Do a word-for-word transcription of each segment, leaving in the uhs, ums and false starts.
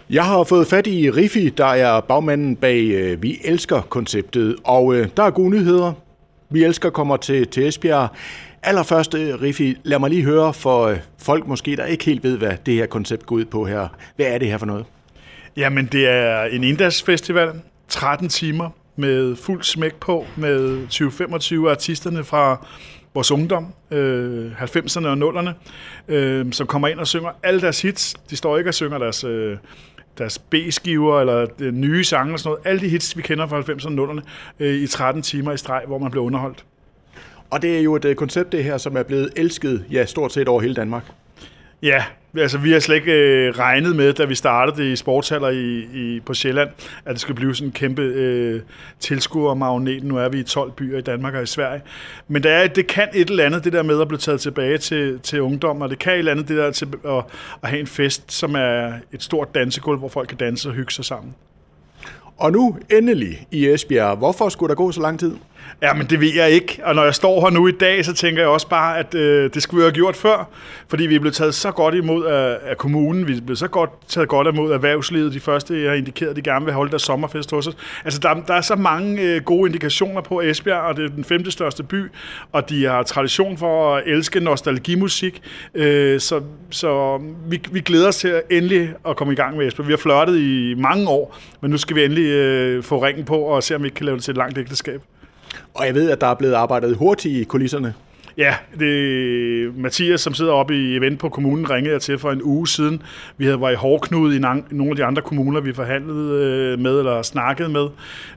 Jeg har fået fat i Riffi, der er bagmanden bag øh, Vi Elsker-konceptet, og øh, der er gode nyheder. Vi Elsker kommer til, til Esbjerg. Allerførst, øh, Riffi, lad mig lige høre for øh, folk måske, der ikke helt ved, hvad det her koncept går ud på her. Hvad er det her for noget? Jamen, det er en endagsfestival, tretten timer med fuld smæk på, med tyve til femogtyve artisterne fra vores ungdom, øh, halvfemserne og nullerne, øh, som kommer ind og synger alle deres hits. De står ikke og synger deres, øh, deres B-skiver eller øh, nye sange og sådan noget. Alle de hits, vi kender fra halvfemserne og nullerne, øh, i tretten timer i streg, hvor man bliver underholdt. Og det er jo et øh, koncept, det her, som er blevet elsket, ja, stort set over hele Danmark. Ja, altså vi har slet ikke øh, regnet med, da vi startede det i sportshaller i, i, på Sjælland, at det skulle blive sådan en kæmpe øh, tilskuermagnet. Nu er vi i tolv byer i Danmark og i Sverige. Men det, er, det kan et eller andet, det der med at blive taget tilbage til, til ungdom, og det kan et eller andet, det der til at, at have en fest, som er et stort dansegulv, hvor folk kan danse og hygge sig sammen. Og nu endelig i Esbjerg. Hvorfor skulle der gå så lang tid? Ja, men det ved jeg ikke. Og når jeg står her nu i dag, så tænker jeg også bare, at øh, det skulle vi have gjort før. Fordi vi er blevet taget så godt imod af, af kommunen. Vi er blevet så godt taget godt imod af erhvervslivet. De første, jeg har indikeret, at de gerne vil holde deres sommerfest hos os. Altså, der, der er så mange øh, gode indikationer på Esbjerg, og det er den femte største by. Og de har tradition for at elske nostalgimusik. Øh, så så vi, vi glæder os til at endelig at komme i gang med Esbjerg. Vi har flirtet i mange år, men nu skal vi endelig øh, få ringen på og se, om vi ikke kan lave det til et langt ægteskab. Og jeg ved, at der er blevet arbejdet hurtigt i kulisserne. Ja, det Mathias, som sidder oppe i event på kommunen, ringede jeg til for en uge siden. Vi havde været i hårdknude i nogle af de andre kommuner, vi forhandlede med eller snakket med.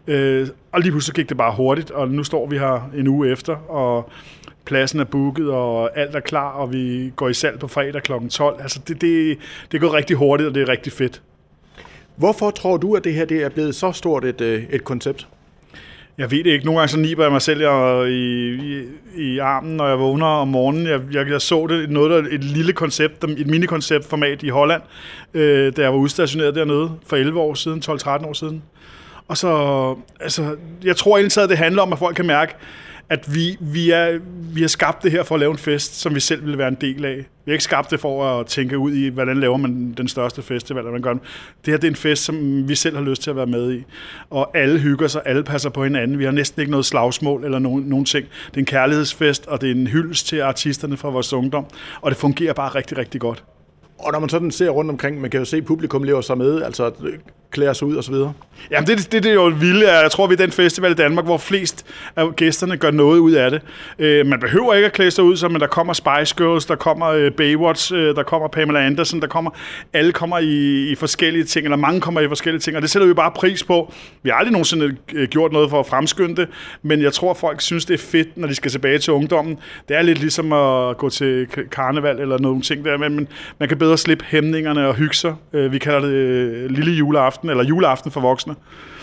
Og lige pludselig gik det bare hurtigt, og nu står vi her en uge efter, og pladsen er booket, og alt er klar, og vi går i salg på fredag klokken tolv. Altså det, det, det går rigtig hurtigt, og det er rigtig fedt. Hvorfor tror du, at det her det er blevet så stort et, et koncept? Jeg ved det ikke. Nogle gange så niber jeg mig selv jeg, i, i, i armen, når jeg vågner om morgenen. Jeg, jeg, jeg så det noget der, et lille koncept, et mini-konceptformat i Holland, øh, da jeg var udstationeret dernede for elleve år siden, tolv tretten år siden. Og så, altså, jeg tror egentlig at det handler om, at folk kan mærke, at vi, vi, er, vi har skabt det her for at lave en fest, som vi selv vil være en del af. Vi har ikke skabt det for at tænke ud i, hvordan laver man den største festival. Man gør. Det her det er en fest, som vi selv har lyst til at være med i. Og alle hygger sig, alle passer på hinanden. Vi har næsten ikke noget slagsmål eller nogen, nogen ting. Det er en kærlighedsfest, og det er en hyldest til artisterne fra vores ungdom. Og det fungerer bare rigtig, rigtig godt. Og når man sådan ser rundt omkring, man kan jo se, at publikum lever sig med, altså klæder sig ud og så videre. Jamen det, det, det er jo vildt. Jeg tror, vi er den festival i Danmark, hvor flest af gæsterne gør noget ud af det. Øh, man behøver ikke at klæde sig ud, så, men der kommer Spice Girls, der kommer øh, Baywatch, øh, der kommer Pamela Anderson, der kommer, alle kommer i, i forskellige ting, eller mange kommer i forskellige ting, og det sætter vi bare pris på. Vi har aldrig nogensinde gjort noget for at fremskynde det, men jeg tror, folk synes, det er fedt, når de skal tilbage til ungdommen. Det er lidt ligesom at gå til karneval eller nogle ting der, men man kan bedre slippe hæmningerne og hygge sig. Øh, vi kalder det øh, lille juleaften, eller juleaften for voksne.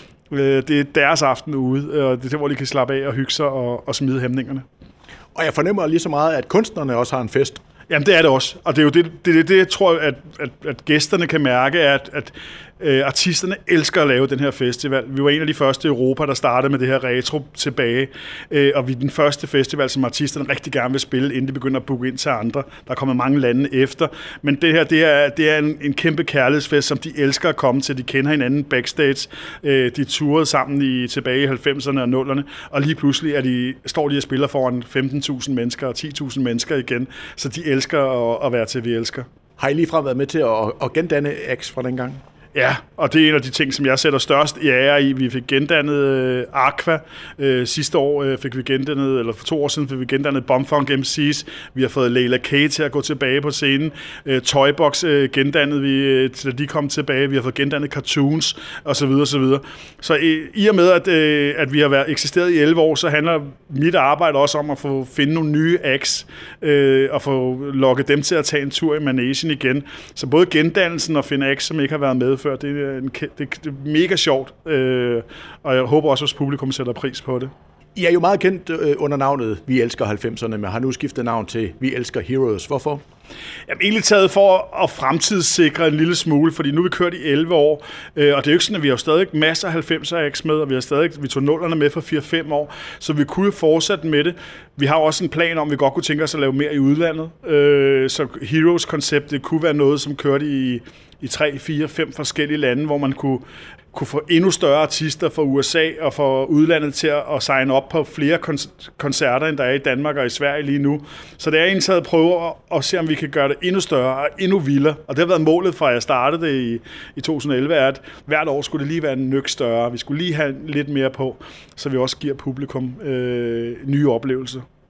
Det er deres aften ude, og det er der, hvor de kan slappe af og hygge sig og, og smide hæmningerne. Og jeg fornemmer lige så meget, at kunstnerne også har en fest. Jamen, det er det også. Og det er jo det, det, det, det jeg tror, at, at, at gæsterne kan mærke, at, at øh, artisterne elsker at lave den her festival. Vi var en af de første i Europa, der startede med det her retro tilbage, øh, og vi er den første festival, som artisterne rigtig gerne vil spille, inden de begynder at booke ind til andre. Der kommer mange lande efter. Men det her, det er, det er en, en kæmpe kærlighedsfest, som de elsker at komme til. De kender hinanden backstage. Øh, de turede sammen i, tilbage i halvfemserne og nullerne, og lige pludselig er de, står de og spiller foran femten tusind mennesker og ti tusind mennesker igen. Så de elsker at, at være til, vi elsker. Har I ligefrem været med til at, at gendanne X fra dengang? Ja, og det er en af de ting, som jeg sætter størst i ære i. Vi fik gendannet øh, Aqua. Øh, sidste år øh, fik vi gendannet, eller for to år siden fik vi gendannet Bumfunk M C's. Vi har fået Leila K. til at gå tilbage på scenen. Øh, Toybox øh, gendannet vi, øh, da de kom tilbage. Vi har fået gendannet Cartoons, osv. osv. Så øh, i og med, at, øh, at vi har været eksisteret i elleve år, så handler mit arbejde også om at få finde nogle nye acts, øh, og få lokket dem til at tage en tur i Managen igen. Så både gendannelsen og finde acts, som ikke har været med før. Det er, en, det, det er mega sjovt, øh, og jeg håber også, at publikum sætter pris på det. I er jo meget kendt øh, under navnet Vi Elsker halvfemserne, men har nu skiftet navn til Vi Elsker Heroes. Hvorfor? Jamen, egentlig taget for at fremtidssikre en lille smule, fordi nu er vi kørt i elleve år, øh, og det er jo ikke sådan, at vi har stadig masser af halvfemser acts med, og vi har stadig, vi tog nullerne med for fire fem år, så vi kunne jo fortsætte med det. Vi har også en plan om, at vi godt kunne tænke os at lave mere i udlandet, øh, så Heroes-konceptet kunne være noget, som kørte i i tre, fire, fem forskellige lande, hvor man kunne, kunne få endnu større artister fra U S A og fra udlandet til at, at signe op på flere koncerter, end der er i Danmark og i Sverige lige nu. Så det er egentlig at prøve at, at se, om vi kan gøre det endnu større og endnu vildere. Og det har været målet fra, at jeg startede det i, i to tusind og elleve, at hvert år skulle det lige være en nøk større. Vi skulle lige have lidt mere på, så vi også giver publikum øh, nye oplevelser.